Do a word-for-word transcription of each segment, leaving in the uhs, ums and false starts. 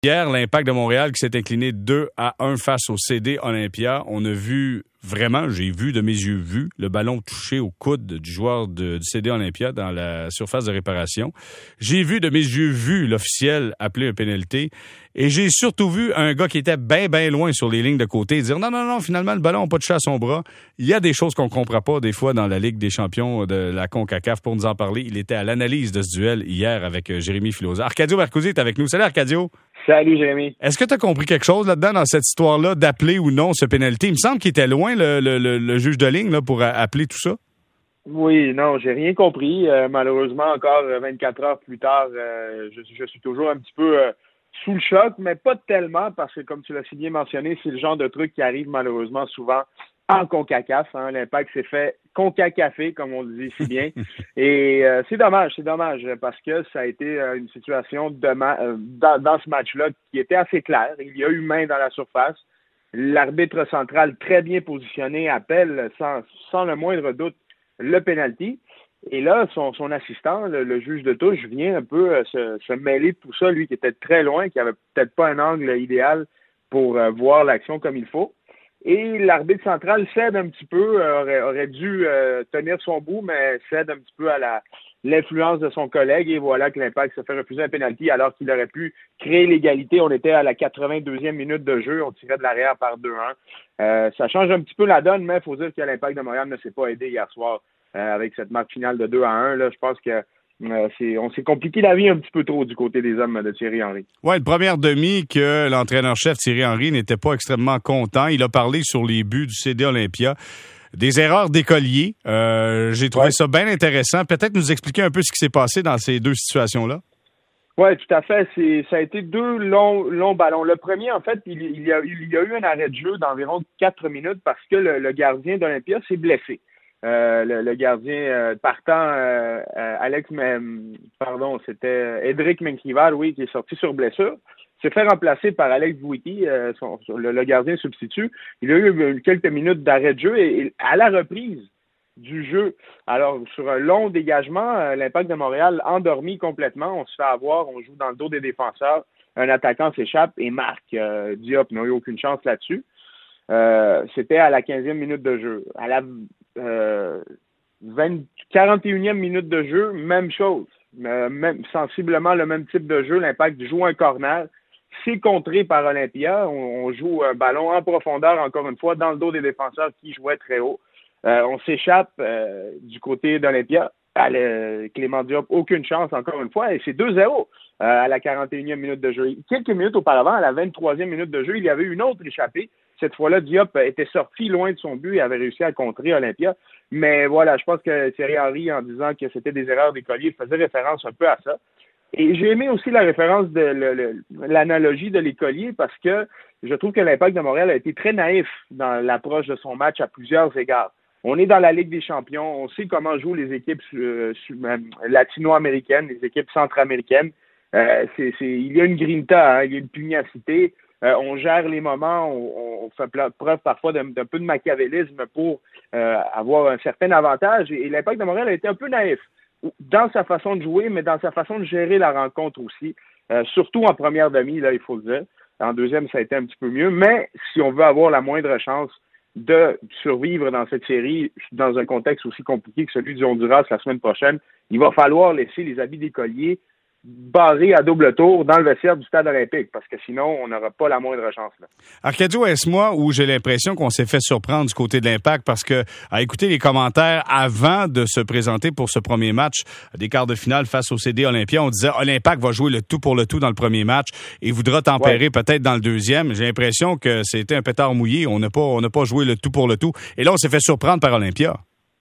Hier, l'Impact de Montréal qui s'est incliné deux à un face au C D Olympia. On a vu, vraiment, j'ai vu de mes yeux vus, le ballon toucher au coude du joueur de, du C D Olympia dans la surface de réparation. J'ai vu de mes yeux vus l'officiel appeler un pénalité. Et j'ai surtout vu un gars qui était bien, bien loin sur les lignes de côté dire non, non, non, finalement, le ballon n'a pas touché à son bras. Il y a des choses qu'on ne comprend pas des fois dans la Ligue des champions de la CONCACAF. Pour nous en parler, il était à l'analyse de ce duel hier avec Jérémy Filosa. Arcadio Marcusi est avec nous. Salut Arcadio. Salut Jérémy. Est-ce que tu as compris quelque chose là-dedans dans cette histoire-là d'appeler ou non ce pénalité? Il me semble qu'il était loin le, le, le, le juge de ligne là, pour appeler tout ça. Oui, non, j'ai rien compris. Euh, malheureusement, encore vingt-quatre heures plus tard, euh, je, je suis toujours un petit peu euh, sous le choc, mais pas tellement parce que, comme tu l'as si bien mentionné, c'est le genre de truc qui arrive malheureusement souvent en CONCACAF. Hein. L'Impact s'est fait concacafé, comme on le dit si bien. Et euh, c'est dommage, c'est dommage, parce que ça a été euh, une situation de ma- euh, dans, dans ce match-là qui était assez claire. Il y a eu main dans la surface. L'arbitre central, très bien positionné, appelle sans, sans le moindre doute le penalty. Et là, son, son assistant, le, le juge de touche, vient un peu euh, se, se mêler de tout ça, lui qui était très loin, qui avait peut-être pas un angle idéal pour euh, voir l'action comme il faut. Et l'arbitre central cède un petit peu, euh, aurait, aurait dû euh, tenir son bout, mais cède un petit peu à la l'influence de son collègue. Et voilà que l'Impact se fait refuser un pénalty alors qu'il aurait pu créer l'égalité. On était à la quatre-vingt-deuxième minute de jeu, on tirait de l'arrière par deux un. Euh, ça change un petit peu la donne, mais il faut dire que l'Impact de Montréal ne s'est pas aidé hier soir euh, avec cette marque finale de deux à un. Là, je pense que Euh, c'est, on s'est compliqué la vie un petit peu trop du côté des hommes de Thierry Henry. Oui, une première demi que l'entraîneur-chef Thierry Henry n'était pas extrêmement content. Il a parlé sur les buts du C D Olympia. Des erreurs d'écoliers. Euh, j'ai trouvé ouais. ça bien intéressant. Peut-être nous expliquer un peu ce qui s'est passé dans ces deux situations-là. Oui, tout à fait. C'est, ça a été deux longs, longs ballons. Le premier, en fait, il, il, y a, il y a eu un arrêt de jeu d'environ quatre minutes parce que le, le gardien d'Olympia s'est blessé. Euh, le, le gardien euh, partant, euh, euh, Alex, mais, pardon, c'était Edric Menkivar, oui, qui est sorti sur blessure. S'est fait remplacer par Alex Bouiti, euh, son, le, le gardien substitut. Il a eu quelques minutes d'arrêt de jeu et, et à la reprise du jeu, alors sur un long dégagement, euh, l'Impact de Montréal endormi complètement. On se fait avoir, on joue dans le dos des défenseurs. Un attaquant s'échappe et marque. Euh, Diop n'a eu aucune chance là-dessus. Euh, c'était à la quinzième minute de jeu. À la euh, vingt, quarante et unième minute de jeu, même chose. Euh, même, sensiblement le même type de jeu. L'Impact joue un corner. C'est contré par Olympia. On, on joue un ballon en profondeur, encore une fois, dans le dos des défenseurs qui jouaient très haut. Euh, on s'échappe euh, du côté d'Olympia. Le, Clément Diop, aucune chance, encore une fois. Et c'est deux zéro euh, à la quarante et unième minute de jeu. Quelques minutes auparavant, à la vingt-troisième minute de jeu, il y avait une autre échappée. Cette fois-là, Diop était sorti loin de son but et avait réussi à contrer Olympia. Mais voilà, je pense que Thierry Henry, en disant que c'était des erreurs d'écoliers, faisait référence un peu à ça. Et j'ai aimé aussi la référence de le, le, l'analogie de l'écolier parce que je trouve que l'Impact de Montréal a été très naïf dans l'approche de son match à plusieurs égards. On est dans la Ligue des champions, on sait comment jouent les équipes euh, latino-américaines, les équipes centra-américaines. Euh, c'est, c'est, il y a une grinta, hein, il y a une pugnacité. Euh, on gère les moments, on, on fait preuve parfois d'un, d'un peu de machiavélisme pour euh, avoir un certain avantage. Et, et l'Impact de Montréal a été un peu naïf dans sa façon de jouer, mais dans sa façon de gérer la rencontre aussi. Euh, surtout en première demi, là, il faut le dire. En deuxième, ça a été un petit peu mieux. Mais si on veut avoir la moindre chance de survivre dans cette série, dans un contexte aussi compliqué que celui du Honduras la semaine prochaine, il va falloir laisser les habits d'écolier barré à double tour dans le vestiaire du stade olympique, parce que sinon, on n'aura pas la moindre chance. Là. Arcadio, est-ce moi où j'ai l'impression qu'on s'est fait surprendre du côté de l'Impact parce que, à écouter les commentaires avant de se présenter pour ce premier match des quarts de finale face au C D Olympia, on disait oh, l'Impact va jouer le tout pour le tout dans le premier match et voudra tempérer ouais. peut-être dans le deuxième. J'ai l'impression que c'était un pétard mouillé. On n'a pas, on n'a pas joué le tout pour le tout. Et là, on s'est fait surprendre par Olympia.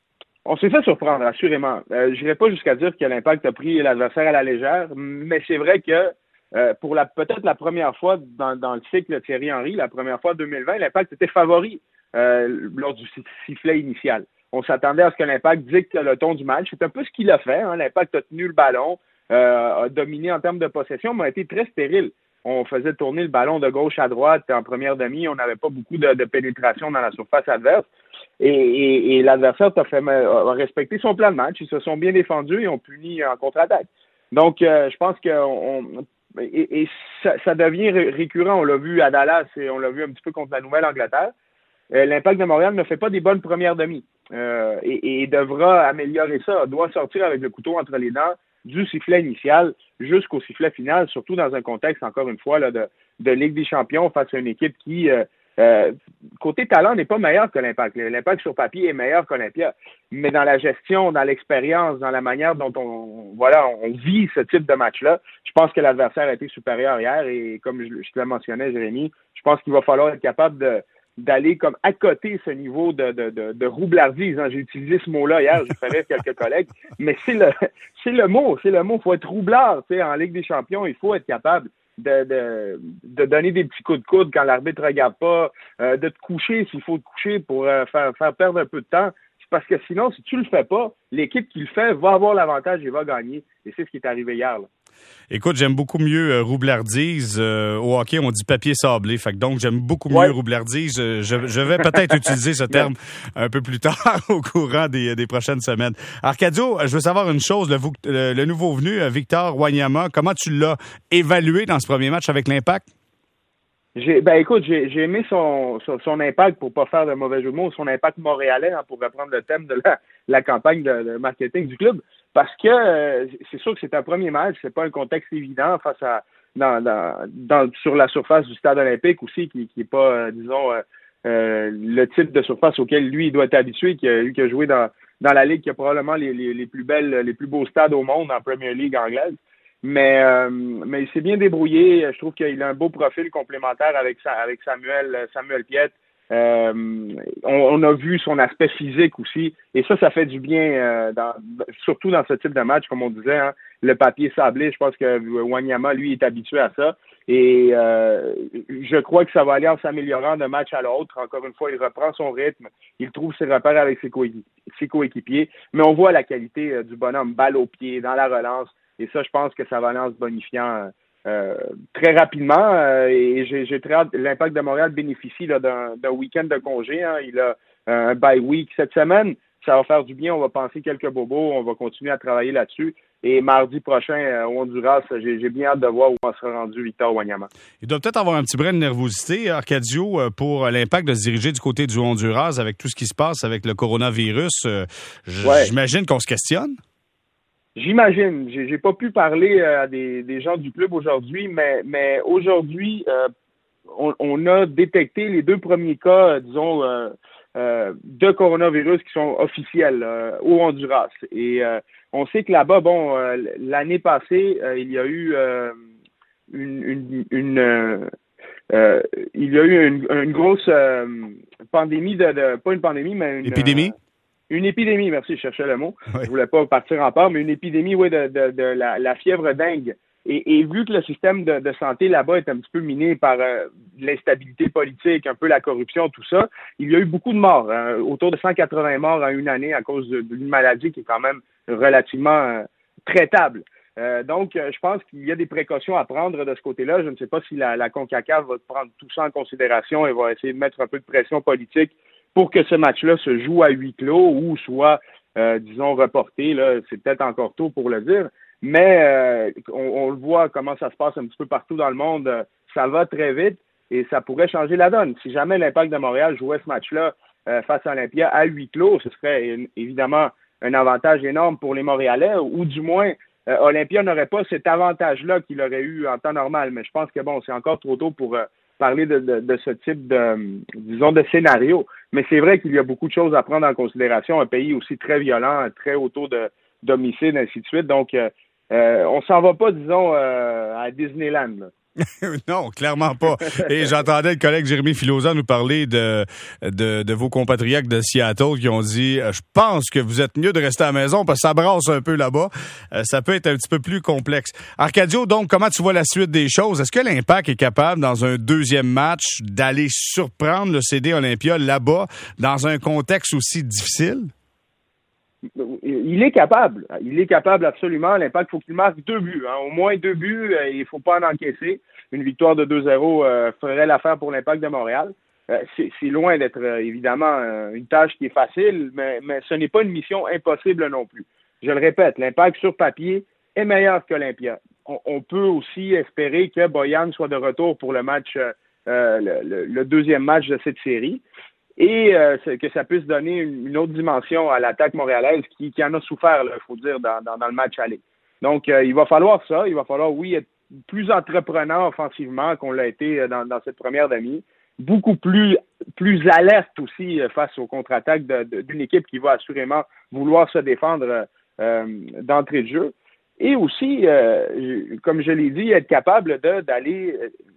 On s'est fait surprendre, assurément. Euh, je n'irai pas jusqu'à dire que l'Impact a pris l'adversaire à la légère, mais c'est vrai que euh, pour la peut-être la première fois dans, dans le cycle de Thierry Henry, la première fois en deux mille vingt, l'Impact était favori euh, lors du sifflet initial. On s'attendait à ce que l'Impact dicte le ton du match. C'est un peu ce qu'il a fait. Hein. L'Impact a tenu le ballon, euh, a dominé en termes de possession, mais a été très stérile. On faisait tourner le ballon de gauche à droite en première demi. On n'avait pas beaucoup de, de pénétration dans la surface adverse. Et, et, et l'adversaire a, fait, a respecté son plan de match. Ils se sont bien défendus et ont puni en contre-attaque. Donc, euh, je pense que on, et, et ça, ça devient ré- récurrent. On l'a vu à Dallas et on l'a vu un petit peu contre la Nouvelle-Angleterre. Euh, L'Impact de Montréal ne fait pas des bonnes premières demi euh, et, et devra améliorer ça, doit sortir avec le couteau entre les dents du sifflet initial jusqu'au sifflet final, surtout dans un contexte, encore une fois, là, de, de Ligue des champions face à une équipe qui, euh, euh, côté talent, n'est pas meilleure que l'Impact. L'Impact sur papier est meilleur qu'Olympia, mais dans la gestion, dans l'expérience, dans la manière dont on, voilà, on vit ce type de match-là, je pense que l'adversaire a été supérieur hier et comme je, je te le mentionnais, Jérémy, je pense qu'il va falloir être capable de d'aller comme à côté ce niveau de, de, de, de roublardise. Hein. J'ai utilisé ce mot-là hier, j'ai fait rire quelques collègues, mais c'est le c'est le mot, c'est le mot. Il faut être roublard, tu sais, en Ligue des champions, il faut être capable de, de, de donner des petits coups de coude quand l'arbitre ne regarde pas, euh, de te coucher s'il faut te coucher pour euh, faire, faire perdre un peu de temps. C'est parce que sinon, si tu le fais pas, l'équipe qui le fait va avoir l'avantage et va gagner. Et c'est ce qui est arrivé hier, là. Écoute, j'aime beaucoup mieux euh, roublardise. Euh, au hockey, on dit papier sablé. Fait que donc, j'aime beaucoup mieux Ouais. roublardise. Euh, je, je vais peut-être utiliser ce terme un peu plus tard au courant des, des prochaines semaines. Arcadio, je veux savoir une chose. Le, le, le nouveau venu, Victor Wanyama, comment tu l'as évalué dans ce premier match avec l'Impact? J'ai, ben écoute, j'ai, j'ai aimé son, son, son impact, pour pas faire de mauvais jeu de mots, son impact montréalais, hein, pour reprendre le thème de la, la campagne de, de marketing du club, parce que euh, c'est sûr que c'est un premier match, c'est pas un contexte évident face à dans, dans, dans sur la surface du stade olympique aussi, qui qui est pas, euh, disons, euh, euh, le type de surface auquel lui il doit être habitué, qui a, qui a joué dans dans la ligue qui a probablement les, les, les plus belles, les plus beaux stades au monde en Premier League anglaise. Mais, euh, mais il s'est bien débrouillé. Je trouve qu'il a un beau profil complémentaire avec, sa, avec Samuel, Samuel Piette. Euh, on, on a vu son aspect physique aussi. Et ça, ça fait du bien, euh, dans, surtout dans ce type de match, comme on disait. Hein, le papier sablé, je pense que Wanyama, lui, est habitué à ça. Et euh, je crois que ça va aller en s'améliorant de match à l'autre. Encore une fois, il reprend son rythme. Il trouve ses repères avec ses, coéquipiers. Ses coéquipiers. Mais on voit la qualité euh, du bonhomme, balle au pied, dans la relance. Et ça, je pense que ça va aller en se bonifiant euh, très rapidement. Euh, et j'ai, j'ai très hâte. L'Impact de Montréal bénéficie là, d'un, d'un week-end de congé. Hein. Il a un bye week cette semaine. Ça va faire du bien. On va penser quelques bobos. On va continuer à travailler là-dessus. Et mardi prochain, euh, au Honduras, j'ai, j'ai bien hâte de voir où on sera rendu Victor Wanyama. Il doit peut-être avoir un petit brin de nervosité, Arcadio, pour l'Impact de se diriger du côté du Honduras avec tout ce qui se passe avec le coronavirus. Euh, ouais. J'imagine qu'on se questionne. J'imagine. J'ai, j'ai pas pu parler à des, des gens du club aujourd'hui, mais, mais aujourd'hui, euh, on, on a détecté les deux premiers cas, euh, disons, euh, euh, de coronavirus qui sont officiels euh, au Honduras. Et euh, on sait que là-bas, bon, euh, l'année passée, euh, il y a eu euh, une, une, une euh, euh, il y a eu une, une grosse euh, pandémie de, de, pas une pandémie, mais une épidémie. Euh, Une épidémie, merci, je cherchais le mot. Ouais. Je voulais pas partir en part, mais une épidémie, oui, de, de, de la, la fièvre dingue. Et, et vu que le système de, de santé là-bas est un petit peu miné par euh, l'instabilité politique, un peu la corruption, tout ça, il y a eu beaucoup de morts, hein, autour de cent quatre-vingts morts en une année à cause de, d'une maladie qui est quand même relativement euh, traitable. Euh, donc, euh, je pense qu'il y a des précautions à prendre de ce côté-là. Je ne sais pas si la, la CONCACAF va prendre tout ça en considération et va essayer de mettre un peu de pression politique pour que ce match-là se joue à huis clos ou soit, euh, disons, reporté. Là, c'est peut-être encore tôt pour le dire, mais euh, on, on le voit comment ça se passe un petit peu partout dans le monde. Ça va très vite et ça pourrait changer la donne. Si jamais l'Impact de Montréal jouait ce match-là euh, face à Olympia à huis clos, ce serait évidemment un avantage énorme pour les Montréalais, ou du moins, euh, Olympia n'aurait pas cet avantage-là qu'il aurait eu en temps normal. Mais je pense que, bon, c'est encore trop tôt pour... Euh, parler de, de, de ce type de, disons, de scénario. Mais c'est vrai qu'il y a beaucoup de choses à prendre en considération. Un pays aussi très violent, très haut taux de, d'homicide, ainsi de suite. Donc, euh, euh, on s'en va pas, disons, euh, à Disneyland, là. Non, clairement pas. Et j'entendais le collègue Jérémy Filosa nous parler de, de, de vos compatriotes de Seattle qui ont dit « Je pense que vous êtes mieux de rester à la maison parce que ça brasse un peu là-bas. Euh, ça peut être un petit peu plus complexe. » Arcadio, donc, comment tu vois la suite des choses? Est-ce que l'Impact est capable, dans un deuxième match, d'aller surprendre le C D Olympia là-bas, dans un contexte aussi difficile? Il est capable. Il est capable absolument. L'Impact, il faut qu'il marque deux buts. Hein. Au moins deux buts. Euh, il ne faut pas en encaisser. Une victoire de deux zéro euh, ferait l'affaire pour l'Impact de Montréal. Euh, c'est, c'est loin d'être, euh, évidemment, euh, une tâche qui est facile, mais, mais ce n'est pas une mission impossible non plus. Je le répète, l'Impact, sur papier, est meilleur qu'Olympia. on, on peut aussi espérer que Bojan soit de retour pour le match, euh, le, le, le deuxième match de cette série. Et euh, que ça puisse donner une, une autre dimension à l'attaque montréalaise qui, qui en a souffert, il faut dire, dans, dans, dans le match aller. Donc, euh, il va falloir ça. Il va falloir, oui, être plus entreprenant offensivement qu'on l'a été dans, dans cette première demi. Beaucoup plus, plus alerte aussi face aux contre-attaques de, de, d'une équipe qui va assurément vouloir se défendre euh, d'entrée de jeu. Et aussi, euh, comme je l'ai dit, être capable de, d'aller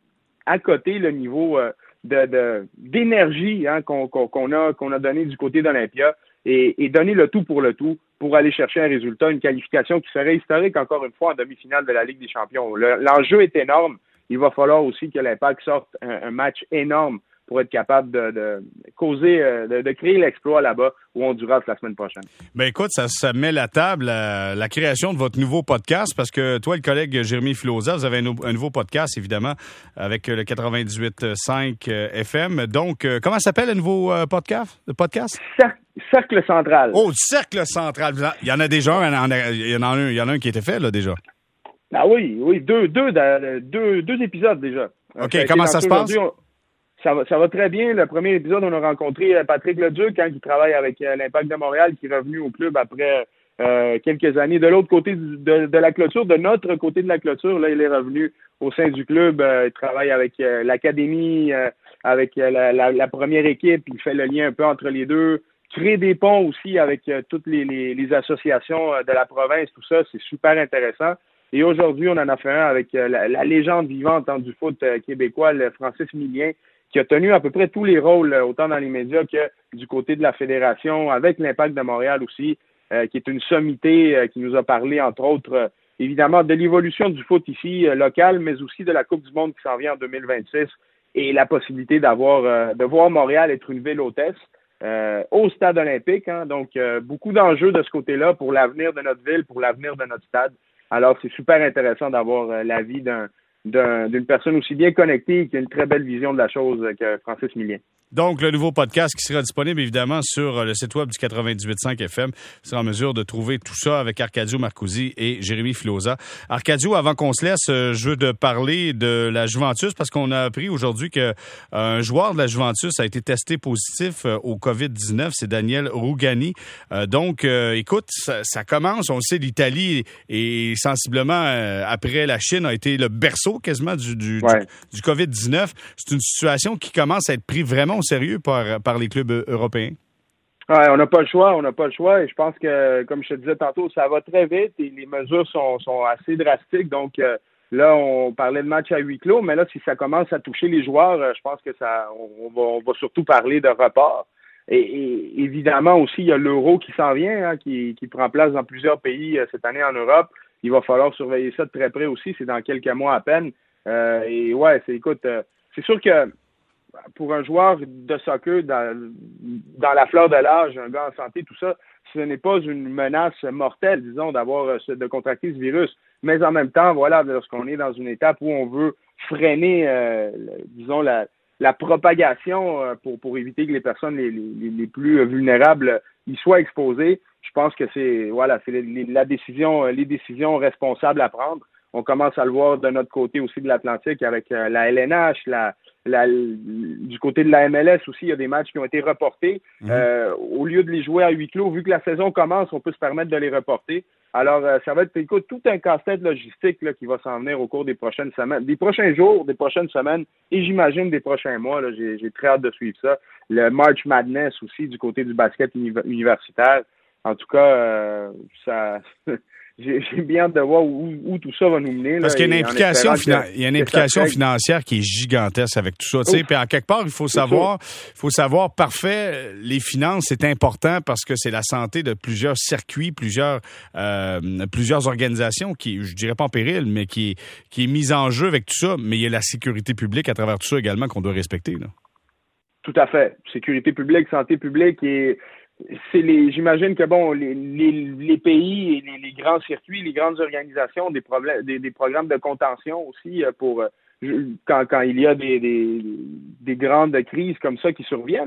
à côté le niveau... Euh, De, de, d'énergie hein, qu'on, qu'on, qu'on, a, qu'on a donné du côté d'Olympia et, et donner le tout pour le tout pour aller chercher un résultat, une qualification qui serait historique encore une fois en demi-finale de la Ligue des champions. Le, l'enjeu est énorme. Il va falloir aussi que l'Impact sorte un, un match énorme pour être capable de, de causer, de, de créer l'exploit là-bas au Honduras la semaine prochaine. Ben écoute, ça, ça met la table à la création de votre nouveau podcast parce que toi, le collègue Jérémy Filosa, vous avez un, un nouveau podcast, évidemment, avec le quatre-vingt-dix-huit virgule cinq F M. Donc, euh, comment s'appelle le nouveau euh, podcast? Le podcast? Cer- Cercle Central. Oh, Cercle Central. Il y en a déjà un, il y en a un, il y en a un qui a été fait, là, déjà. Ah oui, oui, deux, deux, deux, deux épisodes déjà. OK, ça comment ça se passe? On... Ça va, ça va très bien. Le premier épisode, on a rencontré Patrick Leduc, hein, qui travaille avec euh, l'Impact de Montréal, qui est revenu au club après euh, quelques années. De l'autre côté du, de, de la clôture, de notre côté de la clôture, là, il est revenu au sein du club. Euh, il travaille avec euh, l'académie, euh, avec euh, la, la, la première équipe. Il fait le lien un peu entre les deux. Crée des ponts aussi avec euh, toutes les, les, les associations euh, de la province. Tout ça, c'est super intéressant. Et aujourd'hui, on en a fait un avec euh, la, la légende vivante hein, du foot euh, québécois, le Francis Millien, qui a tenu à peu près tous les rôles, autant dans les médias que du côté de la fédération, avec l'Impact de Montréal aussi, euh, qui est une sommité euh, qui nous a parlé, entre autres, euh, évidemment, de l'évolution du foot ici, euh, local, mais aussi de la Coupe du monde qui s'en vient en deux mille vingt-six et la possibilité d'avoir, euh, de voir Montréal être une ville hôtesse euh, au stade olympique. Hein, donc, euh, beaucoup d'enjeux de ce côté-là pour l'avenir de notre ville, pour l'avenir de notre stade. Alors, c'est super intéressant d'avoir euh, l'avis d'un D'un, d'une personne aussi bien connectée et qui a une très belle vision de la chose que Francis Millien. Donc, le nouveau podcast qui sera disponible, évidemment, sur le site web du quatre-vingt-dix-huit virgule cinq F M. Vous serez en mesure de trouver tout ça avec Arcadio Marcusi et Jérémy Filosa. Arcadio, avant qu'on se laisse, je veux de parler de la Juventus parce qu'on a appris aujourd'hui qu'un joueur de la Juventus a été testé positif au covid dix-neuf. C'est Daniel Rougani. Donc, écoute, ça, ça commence. On le sait, l'Italie est sensiblement, après la Chine, a été le berceau quasiment du, du, ouais. du, du covid dix-neuf. C'est une situation qui commence à être prise vraiment au sérieux par, par les clubs européens. Ouais, on n'a pas le choix, on n'a pas le choix. Et je pense que, comme je te disais tantôt, ça va très vite et les mesures sont, sont assez drastiques. Donc euh, là, on parlait de match à huis clos, mais là, si ça commence à toucher les joueurs, euh, je pense que ça, on, on, va, on va surtout parler de report. Et, et évidemment aussi, il y a l'euro qui s'en vient, hein, qui, qui prend place dans plusieurs pays euh, cette année en Europe. Il va falloir surveiller ça de très près aussi. C'est dans quelques mois à peine. Euh, et ouais, c'est écoute, euh, c'est sûr que pour un joueur de soccer dans, dans la fleur de l'âge, un gars en santé, tout ça, ce n'est pas une menace mortelle, disons, d'avoir de contracter ce virus. Mais en même temps, voilà, lorsqu'on est dans une étape où on veut freiner, euh, disons, la, la propagation euh, pour, pour éviter que les personnes les, les, les plus vulnérables y soient exposées, je pense que c'est voilà, c'est les, la décision, les décisions responsables à prendre. On commence à le voir de notre côté aussi de l'Atlantique avec euh, la L N H, la, la, du côté de la M L S aussi, il y a des matchs qui ont été reportés. Mmh. Euh, au lieu de les jouer à huis clos, vu que la saison commence, on peut se permettre de les reporter. Alors, euh, ça va être, écoute, tout un casse-tête logistique là, qui va s'en venir au cours des prochaines semaines, des prochains jours, des prochaines semaines, et j'imagine des prochains mois. Là, j'ai, j'ai très hâte de suivre ça. Le March Madness aussi du côté du basket uni- universitaire. En tout cas, euh, ça... J'ai, j'ai bien hâte de voir où, où tout ça va nous mener. Là, Parce qu'il y a une implication, finan- il y a une implication financière qui est gigantesque avec tout ça. Tu sais, puis en quelque part, il faut savoir, il faut savoir parfait, les finances, c'est important parce que c'est la santé de plusieurs circuits, plusieurs, euh, plusieurs organisations qui, je dirais pas en péril, mais qui est, qui est mise en jeu avec tout ça. Mais il y a la sécurité publique à travers tout ça également qu'on doit respecter, là. Tout à fait. Sécurité publique, santé publique et c'est les, j'imagine que bon, les, les, les pays et les, les grands circuits, les grandes organisations ont des problèmes, des, des programmes de contention aussi pour quand, quand il y a des, des, des grandes crises comme ça qui surviennent.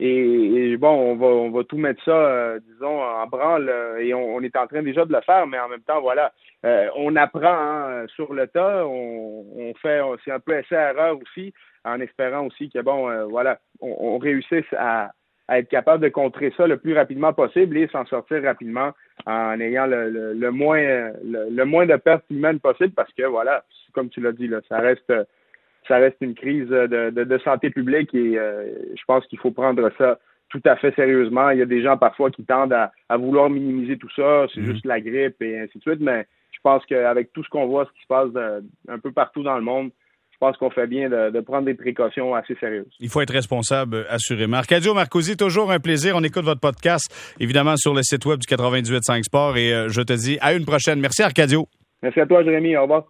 Et, et bon, on va on va tout mettre ça, euh, disons, en branle, euh, et on, on est en train déjà de le faire, mais en même temps, voilà, euh, on apprend hein, sur le tas, on, on fait, on, c'est un peu essai-erreur aussi, en espérant aussi que, bon, euh, voilà, on, on réussisse à, à être capable de contrer ça le plus rapidement possible et s'en sortir rapidement en ayant le, le, le moins le, le moins de pertes humaines possible, parce que, voilà, comme tu l'as dit, là, ça reste... ça reste une crise de, de, de santé publique et euh, je pense qu'il faut prendre ça tout à fait sérieusement. Il y a des gens parfois qui tendent à, à vouloir minimiser tout ça, c'est mmh. juste la grippe et ainsi de suite, mais je pense qu'avec tout ce qu'on voit, ce qui se passe de, un peu partout dans le monde, je pense qu'on fait bien de, de prendre des précautions assez sérieuses. Il faut être responsable, assurément. Arcadio Marcosi, toujours un plaisir. On écoute votre podcast, évidemment, sur le site web du quatre-vingt-dix-huit point cinq Sport et euh, je te dis à une prochaine. Merci, Arcadio. Merci à toi, Jérémy. Au revoir.